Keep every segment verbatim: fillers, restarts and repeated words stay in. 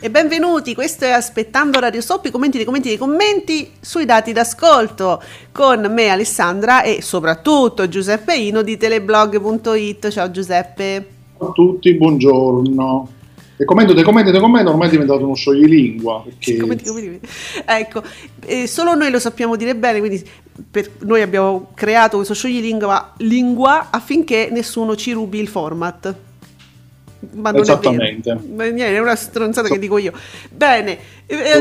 E benvenuti, questo è Aspettando Radio Stop, i commenti dei commenti dei commenti sui dati d'ascolto con me Alessandra e soprattutto Giuseppe Ino di teleblog punto it. Ciao Giuseppe. Ciao a tutti, buongiorno. E commento, te commento, te commento, ormai è diventato uno scioglilingua. Perché... Commenti, commenti. Ecco, eh, solo noi lo sappiamo dire bene, quindi per, noi abbiamo creato questo scioglilingua lingua affinché nessuno ci rubi il format. Ma non Esattamente. È vero. Ma niente, è una stronzata so. Che dico io. Bene, eh,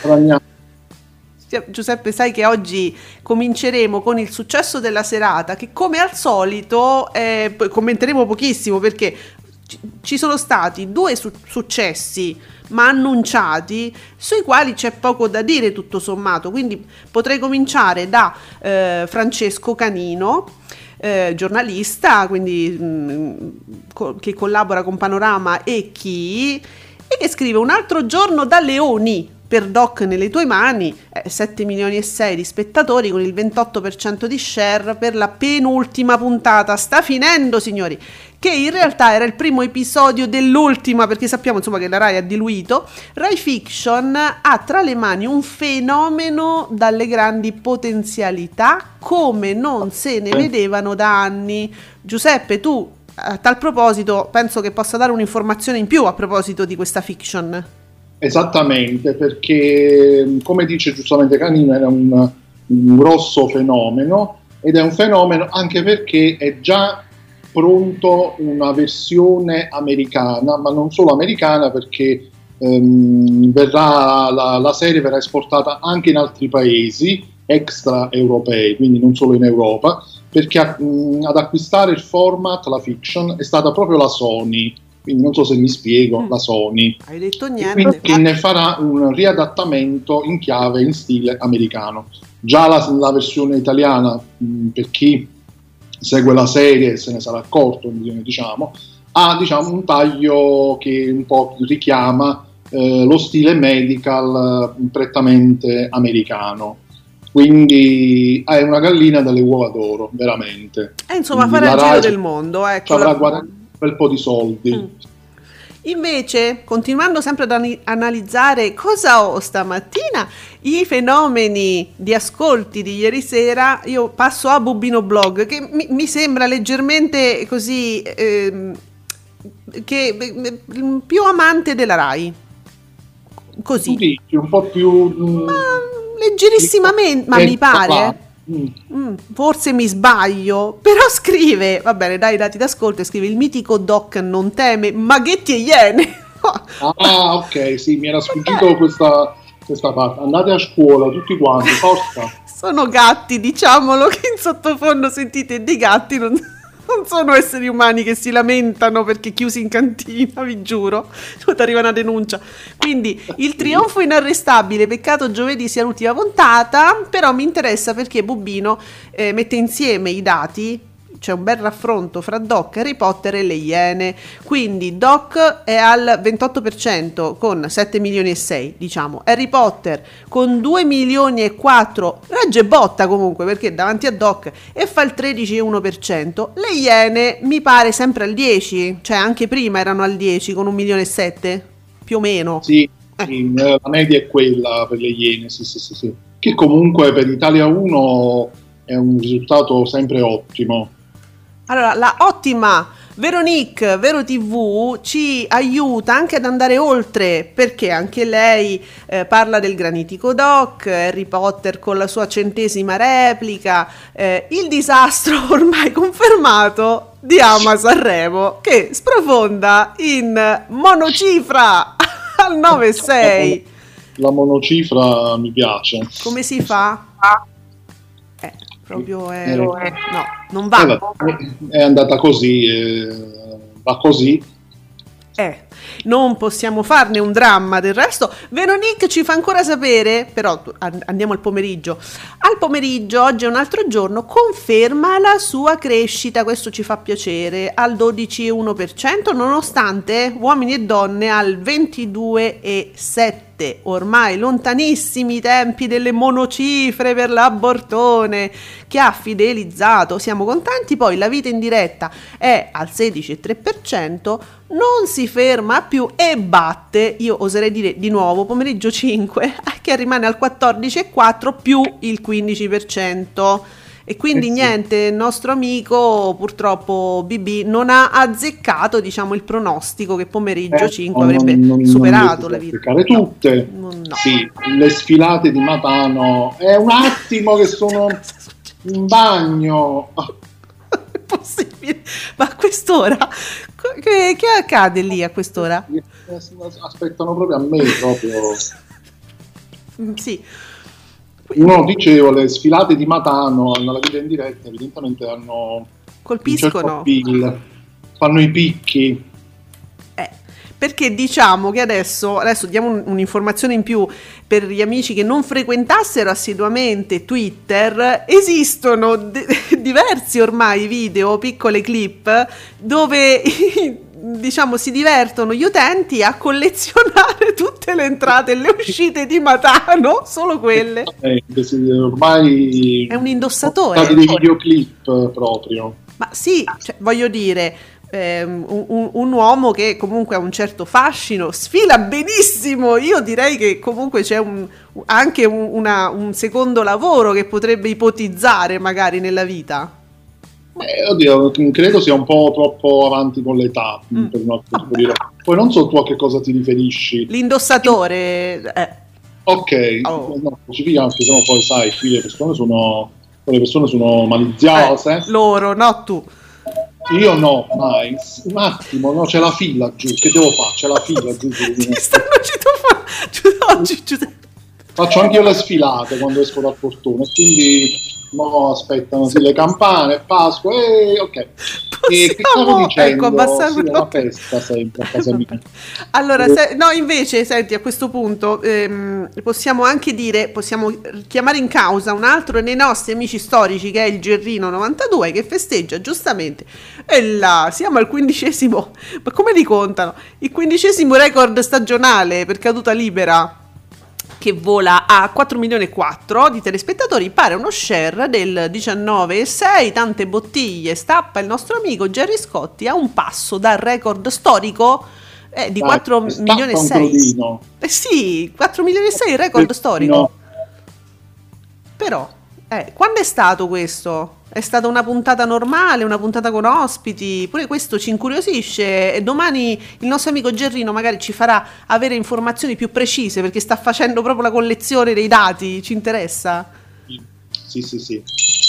Giuseppe, Giuseppe, sai che oggi cominceremo con il successo della serata, che come al solito eh, commenteremo pochissimo perché ci sono stati due su- successi ma annunciati sui quali c'è poco da dire tutto sommato, quindi potrei cominciare da eh, Francesco Canino, eh, giornalista, quindi mh, co- che collabora con Panorama e Chi, e che scrive: un altro giorno da leoni per Doc nelle tue mani, eh, sette milioni e sei di spettatori con il ventotto per cento di share per la penultima puntata. Sta finendo, signori, che in realtà era il primo episodio dell'ultima, perché sappiamo insomma che la Rai ha diluito. Rai Fiction ha tra le mani un fenomeno dalle grandi potenzialità come non se ne vedevano da anni. Giuseppe, tu a tal proposito penso che possa dare un'informazione in più a proposito di questa fiction. Esattamente, perché come dice giustamente Canino era un, un grosso fenomeno, ed è un fenomeno anche perché è già pronto una versione americana, ma non solo americana, perché ehm, verrà, la, la serie verrà esportata anche in altri paesi extraeuropei, quindi non solo in Europa, perché a, mh, ad acquistare il format, la fiction, è stata proprio la Sony. Quindi non so se mi spiego, la Sony. Hai detto niente. Quindi che ne farà un riadattamento in chiave, in stile americano. Già la, la versione italiana, mh, per chi segue la serie se ne sarà accorto, diciamo, ha diciamo, un taglio che un po' richiama eh, lo stile medical eh, prettamente americano. Quindi è una gallina dalle uova d'oro, veramente. E insomma Quindi farà il giro del mondo, ecco. Avrà guadagnato un bel po' di soldi. Mm. Invece, continuando sempre ad an- analizzare cosa ho stamattina, i fenomeni di ascolti di ieri sera, io passo a Bubino Blog, che mi, mi sembra leggermente così, ehm, che eh, più amante della Rai. Così. Tu dici, un po' più... Mh, ma leggerissimamente, ma mi pare... Mm. Mm, forse mi sbaglio, però scrive, va bene, dai i dati d'ascolto, e scrive: il mitico Doc non teme maghetti e iene. Ah, ok, sì, mi era sfuggito questa, questa parte. Andate a scuola tutti quanti, forza. Sono gatti, diciamolo, che in sottofondo sentite dei gatti, non, non sono esseri umani che si lamentano perché chiusi in cantina, vi giuro. Ti arriva una denuncia. Quindi il trionfo inarrestabile, peccato giovedì sia l'ultima puntata, però mi interessa perché Bubino eh, mette insieme i dati. C'è un bel raffronto fra Doc, Harry Potter e le Iene. Quindi Doc è al ventotto per cento con sette milioni e sei, diciamo. Harry Potter con due milioni e quattro, regge botta comunque perché davanti a Doc, e fa il tredici virgola uno per cento. Le Iene mi pare sempre al dieci, cioè anche prima erano al dieci con un milione e sette, più o meno. Sì, eh. Sì, la media è quella per le Iene, sì, sì, sì, sì. Che comunque per Italia uno è un risultato sempre ottimo. Allora, la ottima Veronique Vero tivù ci aiuta anche ad andare oltre, perché anche lei eh, parla del granitico Doc, Harry Potter con la sua centesima replica, eh, il disastro ormai confermato di Ama Sanremo, che sprofonda in monocifra al nove virgola sei. La monocifra mi piace. Come si fa? Eh, proprio è... no, non va. È andata così, eh, va così. Eh, non possiamo farne un dramma. Del resto Veronique ci fa ancora sapere, però andiamo al pomeriggio. Al pomeriggio, oggi è un altro giorno, conferma la sua crescita, questo ci fa piacere, al dodici virgola uno per cento, nonostante uomini e donne al ventidue virgola sette dirette, ormai lontanissimi i tempi delle monocifre per l'abortone, che ha fidelizzato, siamo contenti. Poi la vita in diretta è al sedici virgola tre per cento, non si ferma più e batte, io oserei dire di nuovo, pomeriggio cinque, che rimane al quattordici virgola quattro più il quindici per cento. E quindi eh sì. niente, il nostro amico purtroppo B B non ha azzeccato, diciamo, il pronostico che pomeriggio eh, cinque non, avrebbe non, superato non la vita. Tutte. No, no. Sì, le sfilate di Matano, è un attimo che sono in bagno. È possibile? Ma a quest'ora? Che, che accade lì a quest'ora? Aspettano proprio a me, proprio. Sì. No, dicevo, le sfilate di Matano nella vita in diretta evidentemente hanno colpiscono, appeal, fanno i picchi. Eh, perché diciamo che adesso, adesso diamo un, un'informazione in più per gli amici che non frequentassero assiduamente Twitter. Esistono de- diversi ormai video, piccole clip, dove diciamo si divertono gli utenti a collezionare tutte le entrate e le uscite di Matano, solo quelle. Eh, ormai è un indossatore, dei videoclip proprio. Ma sì, cioè, voglio dire, ehm, un, un uomo che comunque ha un certo fascino, sfila benissimo. Io direi che comunque c'è un, anche un, una, un secondo lavoro che potrebbe ipotizzare magari nella vita. Eh, oddio, credo sia un po' troppo avanti con l'età mm. per un altro tipo di roba. Poi non so tu a che cosa ti riferisci. L'indossatore. Eh. Ok, oh. no, specifica perché sennò poi sai, qui le persone sono, le persone sono maliziose. Eh, loro, no tu. Io no, mai. Un attimo, no, c'è la fila giù. Che devo fare? C'è la fila giù. Ti stanno citando oggi, Giuseppe. Faccio anche io le sfilate quando esco dal portone, quindi no, aspettano sì, le campane, Pasqua, e ok. E che stavo dicendo? Ecco, sì, è una festa sempre a casa mia. Allora, se, no, invece, senti, a questo punto ehm, possiamo anche dire, possiamo chiamare in causa un altro dei nostri amici storici, che è il Gerrino novantadue, che festeggia giustamente, e là, siamo al quindicesimo, ma come li contano? Il quindicesimo record stagionale per caduta libera, che vola a quattro milioni e quattro di telespettatori, pare uno share del diciannove virgola sei, tante bottiglie, stappa il nostro amico Gerry Scotti a un passo dal record storico eh, di quattro milioni e sei. Eh sì, quattro milioni e sei il record storico. No. Però, eh, quando è stato questo? È stata una puntata normale, una puntata con ospiti? Pure questo ci incuriosisce, e domani il nostro amico Gerrino magari ci farà avere informazioni più precise, perché sta facendo proprio la collezione dei dati, ci interessa? Sì, sì, sì.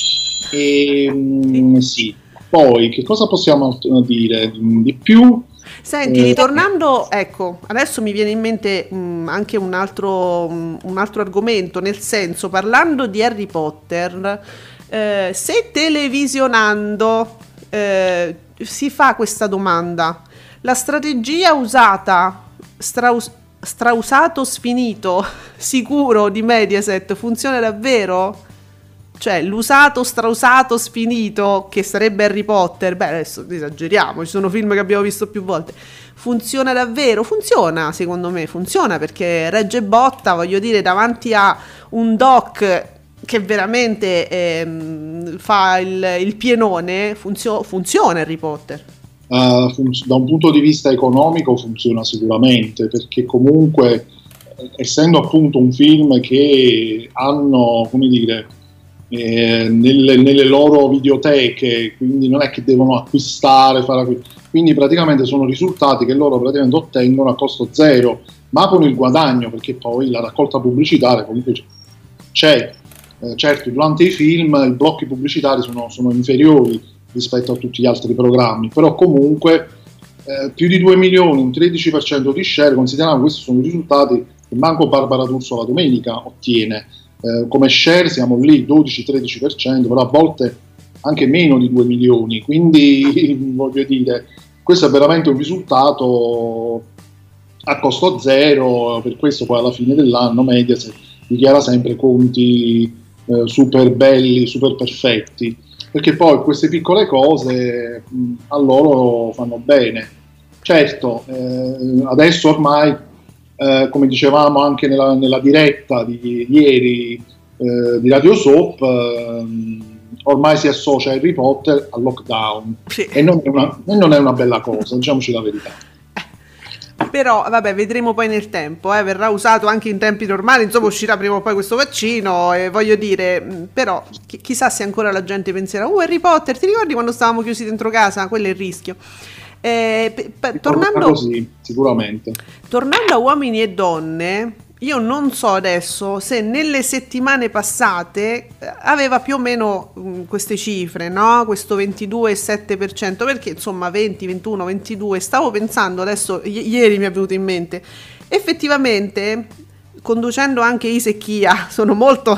E, mm, sì. Poi, che cosa possiamo dire di più? Senti, eh, ritornando, ecco, adesso mi viene in mente mh, anche un altro, mh, un altro argomento, nel senso, parlando di Harry Potter, eh, se televisionando eh, si fa questa domanda, la strategia usata, straus- strausato sfinito, sicuro di Mediaset funziona davvero? Cioè, l'usato, strausato, sfinito, che sarebbe Harry Potter, beh, adesso esageriamo, ci sono film che abbiamo visto più volte. Funziona davvero? Funziona, secondo me, funziona, perché regge botta, voglio dire, davanti a un doc che veramente ehm, fa il, il pienone, funzio- funziona Harry Potter. Uh, fun- da un punto di vista economico funziona sicuramente, perché comunque, essendo appunto un film che hanno, come dire, Eh, nelle, nelle loro videoteche, quindi non è che devono acquistare, fare acqu- quindi praticamente sono risultati che loro praticamente ottengono a costo zero, ma con il guadagno, perché poi la raccolta pubblicitaria comunque c'è. Eh, certo, durante i film i blocchi pubblicitari sono, sono inferiori rispetto a tutti gli altri programmi, però comunque eh, più di due milioni, un tredici per cento di share, considerando questi sono i risultati che manco Barbara D'Urso la domenica ottiene. Eh, come share siamo lì dodici tredici per cento, però a volte anche meno di due milioni, quindi voglio dire, questo è veramente un risultato a costo zero. Per questo poi alla fine dell'anno Mediaset dichiara sempre conti eh, super belli, super perfetti, perché poi queste piccole cose mh, a loro fanno bene. Certo, eh, adesso ormai eh, come dicevamo anche nella, nella diretta di ieri eh, di Radio Soap, eh, ormai si associa Harry Potter al lockdown, sì. e, non è una, e non è una bella cosa, diciamoci la verità. Però vabbè, vedremo poi nel tempo, eh, verrà usato anche in tempi normali, insomma uscirà prima o poi questo vaccino, e voglio dire, però chi, chissà se ancora la gente penserà, uh Harry Potter, ti ricordi quando stavamo chiusi dentro casa? Quello è il rischio. Eh, p- p- tornando, così, sicuramente. Tornando a Uomini e Donne, io non so adesso se nelle settimane passate aveva più o meno mh, queste cifre, no? Questo ventidue virgola sette per cento, perché insomma venti, ventuno, ventidue, stavo pensando adesso, i- ieri mi è venuto in mente, effettivamente conducendo anche Ise e Chia, sono molto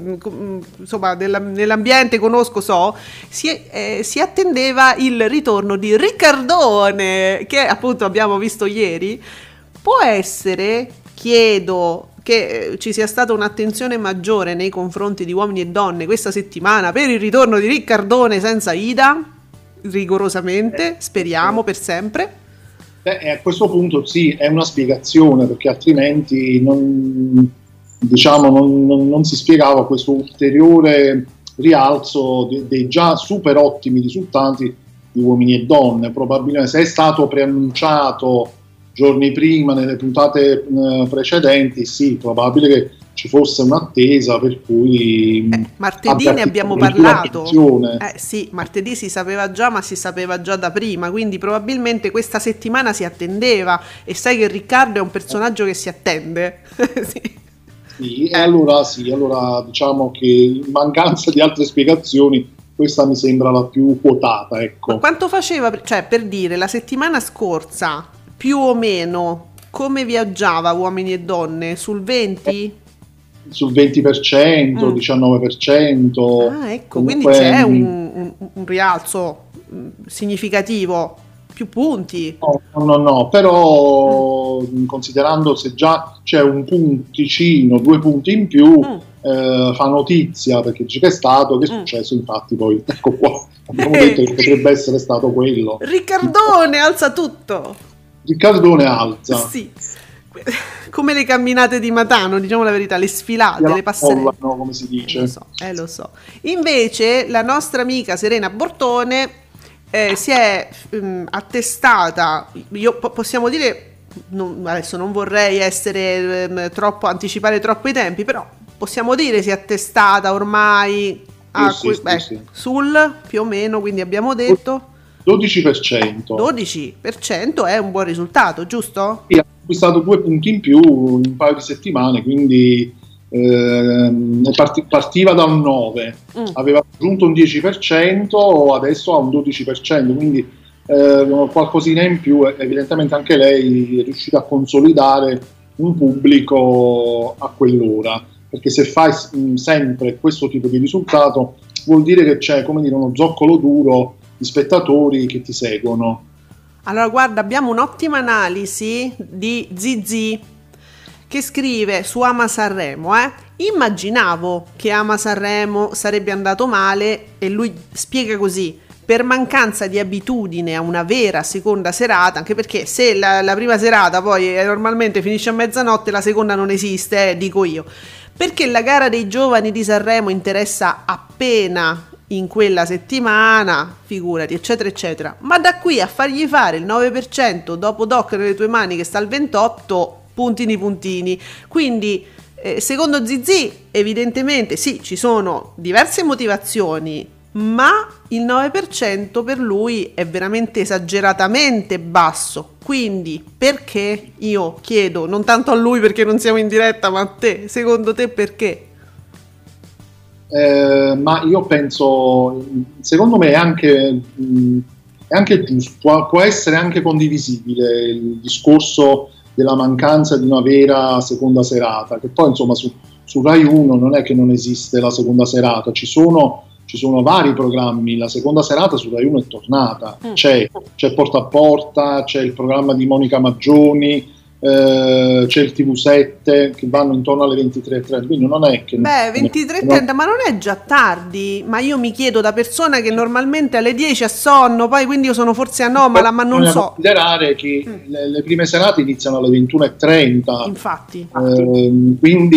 insomma della, nell'ambiente, conosco, so, si, eh, si attendeva il ritorno di Riccardone, che appunto abbiamo visto ieri. Può essere, chiedo, che ci sia stata un'attenzione maggiore nei confronti di Uomini e Donne questa settimana per il ritorno di Riccardone senza Ida, rigorosamente, speriamo per sempre. Beh, a questo punto sì, è una spiegazione, perché altrimenti non, diciamo, non, non, non si spiegava questo ulteriore rialzo de, dei già super ottimi risultati di Uomini e Donne. Probabilmente, se è stato preannunciato giorni prima nelle puntate eh, precedenti, sì, probabile che ci fosse un'attesa, per cui eh, martedì ne abbiamo parlato, eh, sì, martedì si sapeva già, ma si sapeva già da prima, quindi probabilmente questa settimana si attendeva, e sai che Riccardo è un personaggio che si attende. Sì. Sì, e allora sì, allora diciamo che in mancanza di altre spiegazioni questa mi sembra la più quotata, ecco. Ma quanto faceva, cioè per dire, la settimana scorsa più o meno come viaggiava Uomini e Donne? Sul venti? Sul venti per cento, mm. diciannove per cento. Ah, ecco, comunque, quindi c'è un, un, un rialzo significativo, più punti. No, no, no, però mm. considerando se già c'è un punticino, due punti in più, mm. eh, fa notizia, perché c'è stato, che è successo, mm. infatti poi, ecco qua, abbiamo detto che potrebbe essere stato quello. Riccardone, alza tutto! Riccardone alza. Sì. Come le camminate di Matano, diciamo la verità, le sfilate, le passerelle, no, come si dice. Eh, lo so, eh, lo so. Invece la nostra amica Serena Bortone eh, si è um, attestata, io po- possiamo dire, non, adesso non vorrei essere um, troppo, anticipare troppo i tempi, però possiamo dire si è attestata ormai a sì, que- sì, beh, sì. sul più o meno, quindi abbiamo detto dodici per cento. dodici per cento è un buon risultato, giusto? Sì, ha acquistato due punti in più in un paio di settimane, quindi ehm, part- partiva da un nove, mm. aveva raggiunto un dieci per cento, adesso ha un dodici per cento, quindi eh, qualcosina in più. Evidentemente anche lei è riuscita a consolidare un pubblico a quell'ora, perché se fai mh, sempre questo tipo di risultato vuol dire che c'è, come dire, uno zoccolo duro di spettatori che ti seguono. Allora guarda, abbiamo un'ottima analisi di Zizi che scrive su Ama Sanremo, eh? Immaginavo che Ama Sanremo sarebbe andato male, e lui spiega così: per mancanza di abitudine a una vera seconda serata, anche perché se la, la prima serata poi eh, normalmente finisce a mezzanotte, la seconda non esiste, eh, dico io, perché la gara dei giovani di Sanremo interessa appena in quella settimana, figurati, eccetera eccetera, ma da qui a fargli fare il nove per cento dopo Doc nelle tue mani che sta al ventotto, puntini puntini. Quindi eh, secondo Zizi evidentemente sì, ci sono diverse motivazioni, ma il nove per cento per lui è veramente esageratamente basso. Quindi perché, io chiedo, non tanto a lui perché non siamo in diretta, ma a te, secondo te perché? Eh, ma io penso, secondo me è anche, mh, è anche giusto, può, può essere anche condivisibile il discorso della mancanza di una vera seconda serata, che poi insomma su, su Rai uno non è che non esiste la seconda serata, ci sono, ci sono vari programmi, la seconda serata su Rai uno è tornata, c'è, c'è Porta a Porta, c'è il programma di Monica Maggioni, eh, c'è il T V sette che vanno intorno alle ventitré e trenta, quindi non è che... Beh, ventitré e trenta, ma non è già tardi? Ma io mi chiedo, da persona che normalmente alle dieci ha sonno, poi quindi io sono forse anomala, ma non Bisogna so. considerare che Mm. le, le prime serate iniziano alle ventuno e trenta, Infatti. ehm,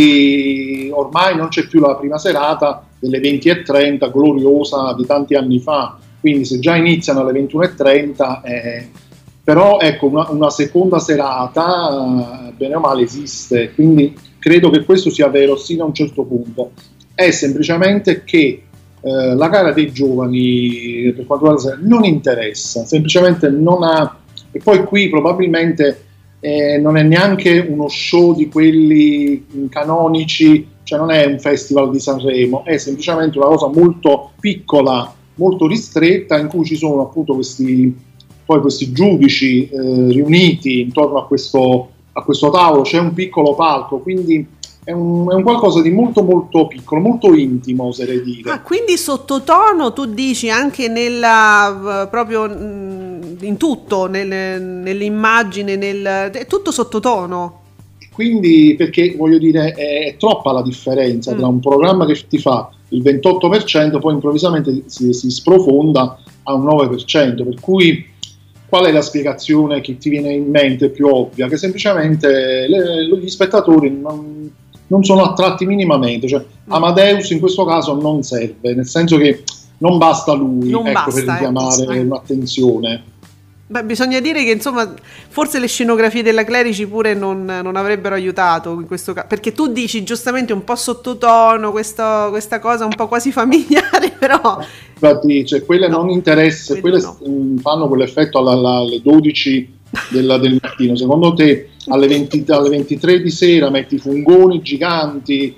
quindi ormai non c'è più la prima serata delle venti e trenta gloriosa di tanti anni fa, quindi se già iniziano alle ventuno e trenta, eh, però ecco, una, una seconda serata, eh, bene o male, esiste, quindi credo che questo sia vero sino a un certo punto. È semplicemente che eh, la gara dei giovani, per quanto riguarda la sera, non interessa, semplicemente non ha, e poi qui probabilmente eh, non è neanche uno show di quelli canonici, cioè non è un festival di Sanremo, è semplicemente una cosa molto piccola, molto ristretta, in cui ci sono appunto questi, poi questi giudici eh, riuniti intorno a questo, a questo tavolo, c'è un piccolo palco, quindi è un, è un qualcosa di molto molto piccolo, molto intimo, oserei dire. Ah, quindi sottotono tu dici anche nella uh, proprio mm, in tutto, nel, nell'immagine, nel, è tutto sottotono. Quindi, perché voglio dire, è, è troppa la differenza Mm. tra un programma che ti fa il ventotto per cento, poi improvvisamente si, si sprofonda a un nove per cento, per cui qual è la spiegazione che ti viene in mente più ovvia? Che semplicemente le, gli spettatori non, non sono attratti minimamente, cioè Amadeus in questo caso non serve, nel senso che non basta lui, Non ecco, basta, per richiamare ecco. un'attenzione. Beh, bisogna dire che insomma forse le scenografie della Clerici pure non, non avrebbero aiutato in questo caso, perché tu dici giustamente un po' sottotono, questo, questa cosa un po' quasi familiare, però Infatti, cioè, quelle No, non interessa, quelle quelle no. mh, fanno quell'effetto alla- alla- alle dodici della- del mattino. Secondo te alle, venti alle ventitré di sera metti fungoni giganti,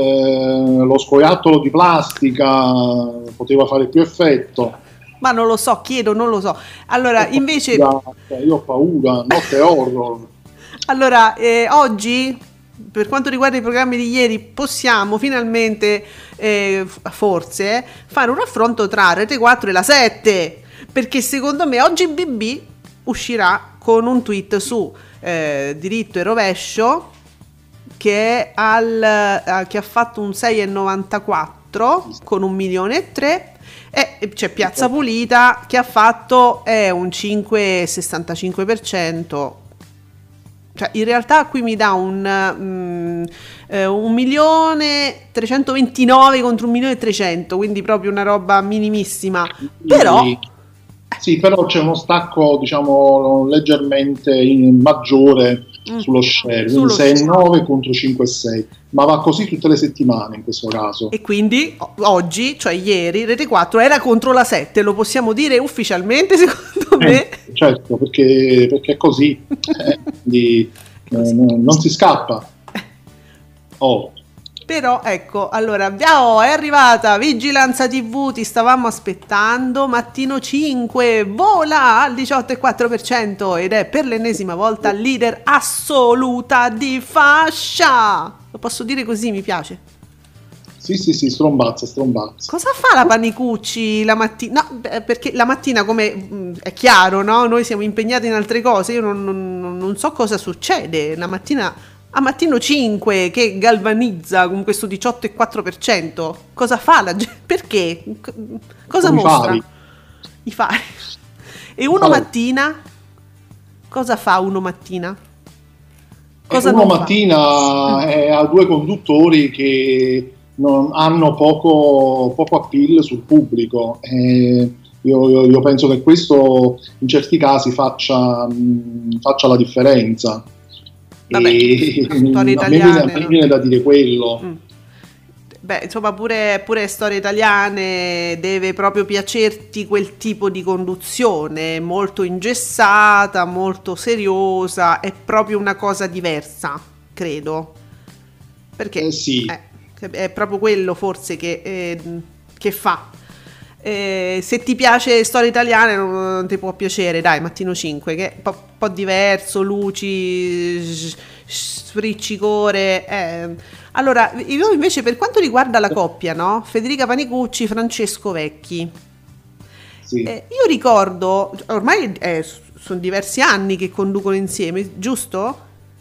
eh, lo scoiattolo di plastica poteva fare più effetto? ma non lo so, chiedo, non lo so. Allora, invece, Io ho paura, notte horror. allora eh, oggi, per quanto riguarda i programmi di ieri, possiamo finalmente, eh, f- forse, fare un raffronto tra Rete quattro e la sette, perché secondo me oggi B B uscirà con un tweet su eh, diritto e rovescio che, è al, eh, che ha fatto un sei virgola novantaquattro con un milione e tre, e c'è Piazza Pulita che ha fatto eh, un cinque virgola sessantacinque per cento. Cioè, in realtà qui mi dà un mm, eh, un milione trecentoventinove contro un milione e trecento, quindi proprio una roba minimissima. Però Sì, sì, però c'è uno stacco, diciamo, leggermente in- maggiore Mm. sullo share, Sullo quindi sei share. virgola nove contro cinque virgola sei, ma va così tutte le settimane in questo caso. E quindi o- oggi, cioè ieri, Rete quattro era contro la sette, lo possiamo dire ufficialmente secondo me. Eh, certo, perché, perché è così, eh, quindi, eh, non si scappa. Oh, Però ecco, allora abbiamo, è arrivata Vigilanza T V, ti stavamo aspettando, Mattino cinque vola al diciotto virgola quattro per cento ed è per l'ennesima volta leader assoluta di fascia. Lo posso dire così, mi piace. sì, sì, sì, strombazza, strombazza. Cosa fa la Panicucci la mattina? No, beh, perché la mattina, come mh, è chiaro, no? Noi siamo impegnati in altre cose, io non, non- non so cosa succede la mattina a Mattino cinque che galvanizza con questo diciotto virgola quattro per cento. Cosa fa la gente? Perché? C- Cosa Con i mostra? fari. I fari. E uno Fari. mattina? Cosa fa uno mattina? Cosa Uno non fa? mattina eh, ha due conduttori che non hanno poco, poco appeal sul pubblico. Eh, io, io- io penso che questo in certi casi faccia, mh, faccia la differenza. Vabbè, E, storie a me viene, a italiane, me no? viene da dire quello. Mm. Beh, insomma, pure, pure storie italiane deve proprio piacerti quel tipo di conduzione, molto ingessata, molto seriosa, è proprio una cosa diversa, credo. Perché Eh sì. eh, è proprio quello forse che, eh, che fa. Eh, se ti piace storie italiane non, non ti può piacere, dai, Mattino cinque, che è un po', po' diverso, luci, s- sfriccicore. eh. Allora, io invece per quanto riguarda la coppia, no? Federica Panicucci, Francesco Vecchi. Sì. Eh, io ricordo, ormai eh, s- sono diversi anni che conducono insieme, giusto?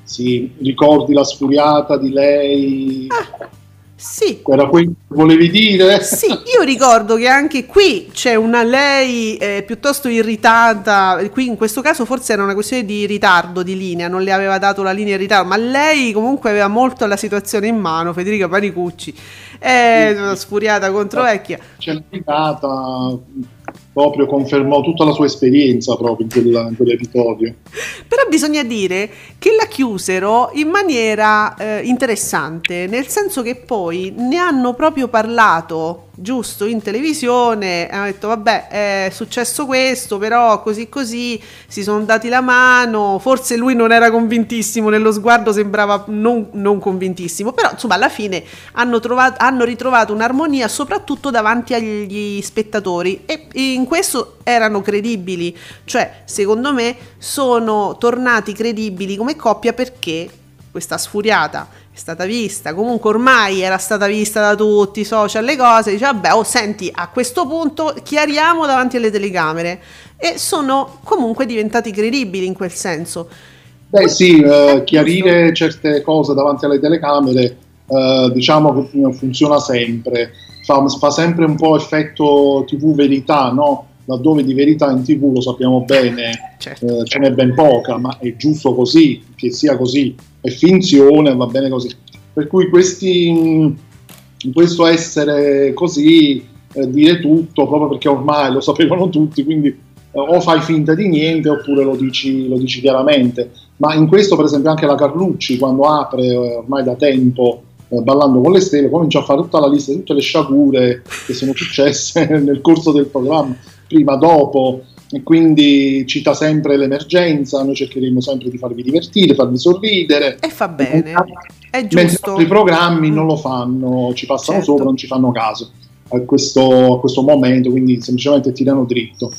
Sì, ricordi la sfuriata di lei? Ah, sì. Era quello che volevi dire? Sì, io ricordo che anche qui c'è una lei eh, piuttosto irritata, qui in questo caso forse era una questione di ritardo di linea, non le aveva dato la linea in ritardo, ma lei comunque aveva molto la situazione in mano, Federica Panicucci, è una sfuriata contro vecchia. C'è l'irritata, proprio confermò tutta la sua esperienza proprio in, quella, in quell'episodio. Però bisogna dire che la chiusero in maniera eh, interessante, nel senso che poi ne hanno proprio parlato, giusto, in televisione, hanno detto vabbè è successo questo, però così così si sono dati la mano, forse lui non era convintissimo, nello sguardo sembrava non, non convintissimo, però insomma alla fine hanno, trovato, hanno ritrovato un'armonia soprattutto davanti agli spettatori e in questo erano credibili, cioè secondo me sono tornati credibili come coppia perché questa sfuriata è stata vista, comunque ormai era stata vista da tutti i social, le cose, dice vabbè, oh senti, a questo punto chiariamo davanti alle telecamere e sono comunque diventati credibili in quel senso. Beh sì, eh, chiarire certe cose davanti alle telecamere eh, diciamo che funziona sempre, fa, fa sempre un po' effetto tivù verità, no? Laddove di verità in tivù lo sappiamo bene, certo. eh, ce n'è ben poca, ma è giusto così, che sia così, è finzione, va bene così. Per cui questi, questo essere così, eh, dire tutto, proprio perché ormai lo sapevano tutti, quindi eh, o fai finta di niente oppure lo dici, lo dici chiaramente. Ma in questo per esempio anche la Carlucci, quando apre eh, ormai da tempo, eh, Ballando con le stelle, comincia a fare tutta la lista di tutte le sciagure che sono successe nel corso del programma, prima, dopo, e quindi cita sempre l'emergenza, noi cercheremo sempre di farvi divertire, farvi sorridere. E fa bene, è giusto. Mentre altri programmi mm. non lo fanno, ci passano certo. sopra, non ci fanno caso a questo, a questo momento, quindi semplicemente tirano dritto.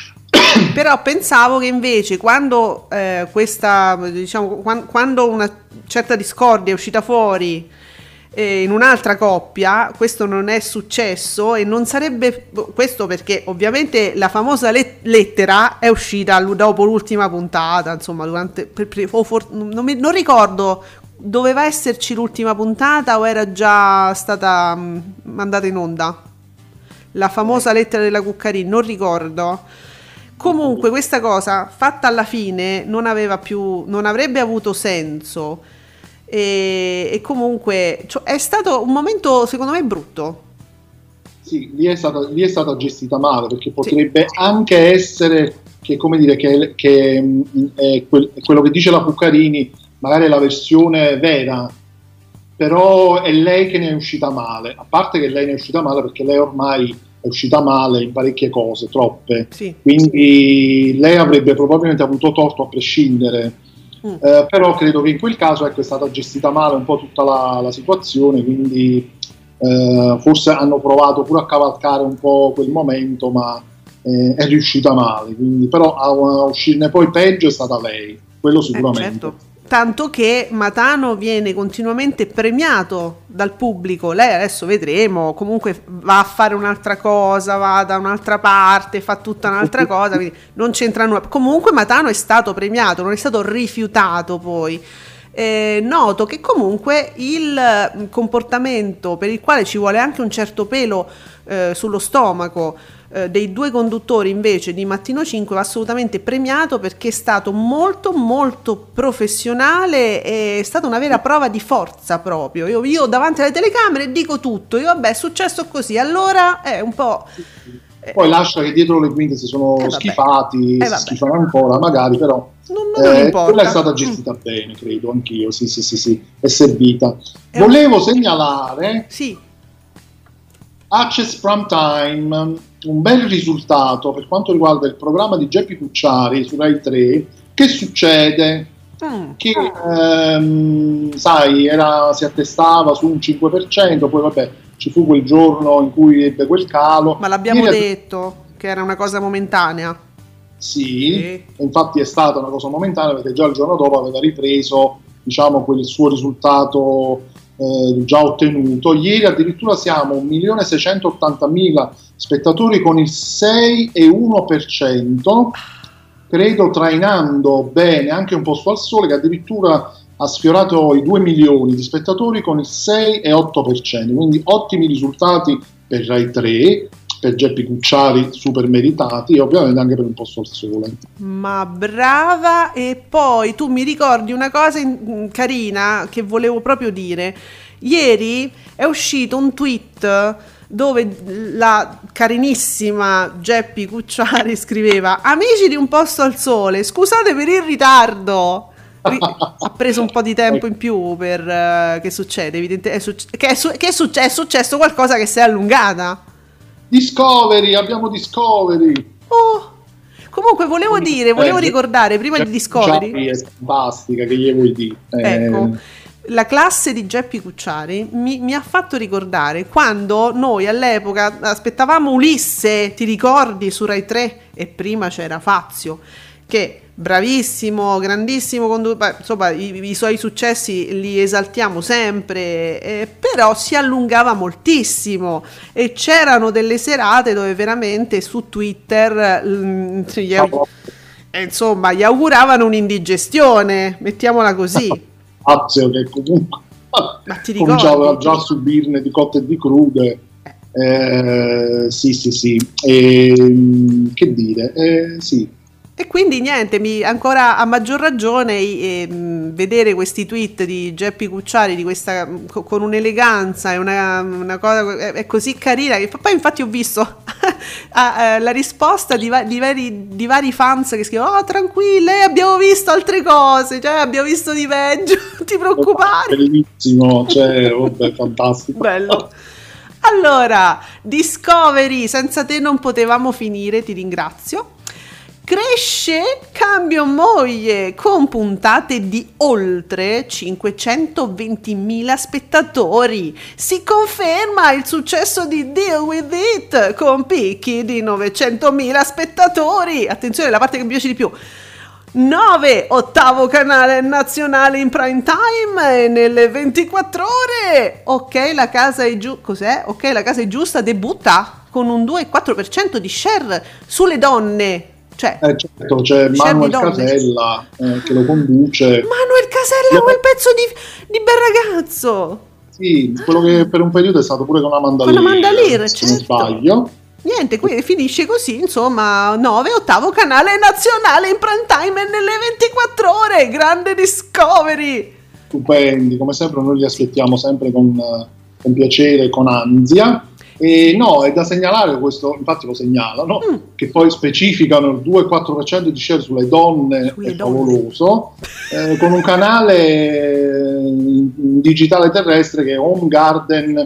Però pensavo che invece quando eh, questa, diciamo, quando, quando una certa discordia è uscita fuori in un'altra coppia, questo non è successo e non sarebbe questo perché ovviamente la famosa let- lettera è uscita dopo l'ultima puntata, insomma durante per, per, for, non, mi, non ricordo, doveva esserci l'ultima puntata o era già stata mh, mandata in onda la famosa lettera della Cuccarini, non ricordo. Comunque questa cosa fatta alla fine non aveva più, non avrebbe avuto senso. E, e comunque cioè, è stato un momento secondo me brutto. Sì, lì è stata, lì è stata gestita male perché potrebbe sì. anche essere che come dire che, che mh, è quel, quello che dice la Cuccarini magari è la versione vera, però è lei che ne è uscita male, a parte che lei ne è uscita male perché lei ormai è uscita male in parecchie cose, troppe, sì. quindi lei avrebbe probabilmente avuto torto a prescindere. Mm. Eh, però credo che in quel caso ecco, è stata gestita male un po' tutta la, la situazione, quindi eh, forse hanno provato pure a cavalcare un po' quel momento, ma eh, è riuscita male, quindi, però a, a uscirne poi peggio è stata lei, quello sicuramente. Eh, certo. Tanto che Matano viene continuamente premiato dal pubblico, lei adesso vedremo, comunque va a fare un'altra cosa, va da un'altra parte, fa tutta un'altra cosa, quindi non c'entra nulla. Comunque Matano è stato premiato, non è stato rifiutato poi. Eh, noto che comunque il comportamento per il quale ci vuole anche un certo pelo eh, sullo stomaco eh, dei due conduttori invece di Mattino cinque va assolutamente premiato perché è stato molto molto professionale, è stata una vera prova di forza proprio. Io, io davanti alle telecamere dico tutto, io vabbè è successo così, allora è un po'... Poi lascia che dietro le quinte si sono eh schifati, eh si schifano ancora magari, però non, non eh, quella è stata gestita mm. bene, credo, anch'io, sì sì sì, sì è servita. Eh, Volevo segnalare sì. Access Prime Time, un bel risultato per quanto riguarda il programma di Geppi Cucciari su Rai tre. Che succede? Mm. Che ehm, sai, era, si attestava su un cinque per cento, poi vabbè ci fu quel giorno in cui ebbe quel calo. Ma l'abbiamo Ieri detto che era una cosa momentanea. Sì, sì, infatti è stata una cosa momentanea perché già il giorno dopo aveva ripreso, diciamo, quel suo risultato eh, già ottenuto. Ieri addirittura siamo un milione seicentottantamila spettatori con il sei virgola uno per cento, credo trainando bene anche un posto al sole che addirittura ha sfiorato i due milioni di spettatori con il sei virgola otto per cento, quindi ottimi risultati per Rai tre, per Geppi Cucciari super meritati e ovviamente anche per Un posto al sole. Ma brava. E poi tu mi ricordi una cosa in, carina che volevo proprio dire. Ieri è uscito un tweet dove la carinissima Geppi Cucciari scriveva: amici di Un posto al sole, scusate per il ritardo. Ha preso un po' di tempo in più per uh, che succede evidente è succe- che, è, su- che è, succe- è successo qualcosa che si è allungata. Discovery, abbiamo Discovery. Oh, comunque volevo dire, volevo ricordare prima di Discovery. È fantastica, che gli vuoi dire? Ecco, la classe di Geppi Cucciari mi, mi ha fatto ricordare quando noi all'epoca aspettavamo Ulisse, ti ricordi, su Rai tre, e prima c'era Fazio, che bravissimo, grandissimo conduttore, insomma i, i suoi successi li esaltiamo sempre, eh, però si allungava moltissimo e c'erano delle serate dove veramente su Twitter mh, gli, eh, insomma gli auguravano un'indigestione, mettiamola così. Fazio che comunque cominciava già a subirne di cotte e di crude. Eh, sì sì sì e, che dire, eh, sì. E quindi niente, mi, ancora a maggior ragione eh, vedere questi tweet di Geppi Cucciari di questa, con un'eleganza e una, una cosa è, è così carina che poi infatti ho visto la risposta di, di, vari, di vari fans che scrivono: oh tranquille, abbiamo visto altre cose, cioè abbiamo visto di peggio, non ti preoccupare. Bellissimo, cioè vabbè, fantastico. Bello. Allora, Discovery, senza te non potevamo finire, ti ringrazio. Cresce Cambio Moglie con puntate di oltre cinquecentoventimila spettatori. Si conferma il successo di Deal With It con picchi di novecentomila spettatori. Attenzione, la parte che mi piace di più. nove, ottavo canale nazionale in prime time e nelle ventiquattro ore. Ok, la casa è giù. Cos'è? Ok, la casa è giusta debutta con un due virgola quattro per cento di share sulle donne. Cioè, eh certo, c'è Manuel Casella eh, che lo conduce. Manuel Casella, quel pezzo di, di bel ragazzo. Sì, quello che per un periodo è stato pure con Amanda Lear, con Amanda Lear, se certo. non sbaglio. Niente, qui finisce così, insomma, nove, ottavo canale nazionale in prime time e nelle ventiquattro ore, grande Discovery. Stupendi, come sempre noi li aspettiamo sempre con, con piacere e con ansia. E no, è da segnalare questo, infatti lo segnalano, mm. che poi specificano il due virgola quattro per cento di share sulle donne, sulle è donne. Favoloso, eh, con un canale in digitale terrestre che è Home Garden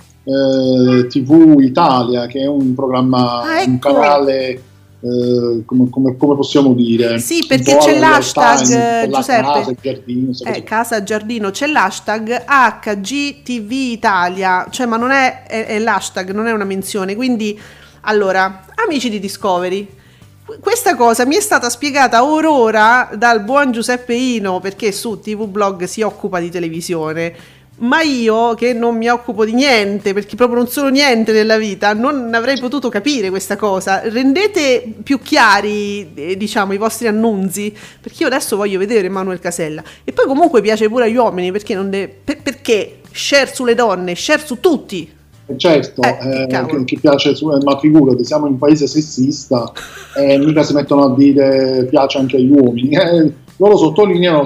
eh, tivù Italia, che è un programma, ah, ecco. un canale... Uh, come, come, come possiamo dire, sì, perché c'è l'hashtag time, Giuseppe casa, giardino, eh, casa giardino, c'è l'hashtag H G T V Italia, cioè ma non è, è, è l'hashtag, non è una menzione. Quindi allora, amici di Discovery, questa cosa mi è stata spiegata or ora dal buon Giuseppe Ino, perché su T V Blog si occupa di televisione. Ma io, che non mi occupo di niente, perché proprio non sono niente nella vita, non avrei potuto capire questa cosa. Rendete più chiari, eh, diciamo, i vostri annunzi, perché io adesso voglio vedere Manuel Casella. E poi comunque piace pure agli uomini, perché non deve, per, perché share sulle donne, share su tutti. Certo, eh, eh, che, che piace, su, ma figurati, siamo in un paese sessista e eh, mica si mettono a dire piace anche agli uomini. Eh, loro sottolineano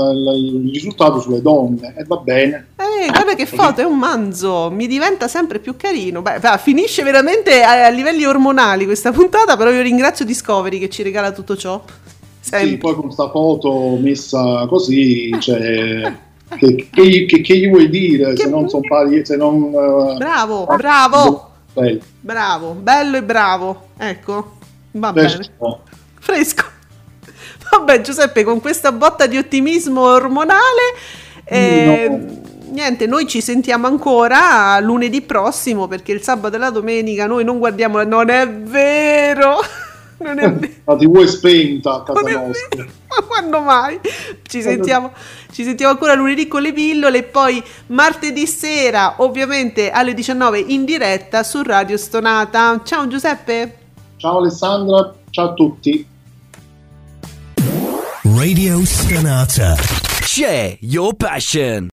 il risultato sulle donne e va bene. Eh, guarda che foto, è un manzo, mi diventa sempre più carino. Beh, finisce veramente a, a livelli ormonali questa puntata, però io ringrazio Discovery che ci regala tutto ciò. Sempre. Sì, poi con questa foto messa così, cioè, che, che, che, che gli vuoi dire che se non sono pari, se non... Uh, bravo, bravo, bello. bravo, bello e bravo, ecco, va Fresco. bene. Fresco. Vabbè Giuseppe, con questa botta di ottimismo ormonale eh, no. niente, noi ci sentiamo ancora lunedì prossimo, perché il sabato e la domenica noi non guardiamo, non è vero, non è vero. La tivù è spenta a casa nostra. Ma quando mai? Ci sentiamo, ci sentiamo ancora lunedì con le pillole e poi martedì sera ovviamente alle diciannove in diretta su Radio Stonata. Ciao Giuseppe. Ciao Alessandra, ciao a tutti. Radio Stonata Share your passion.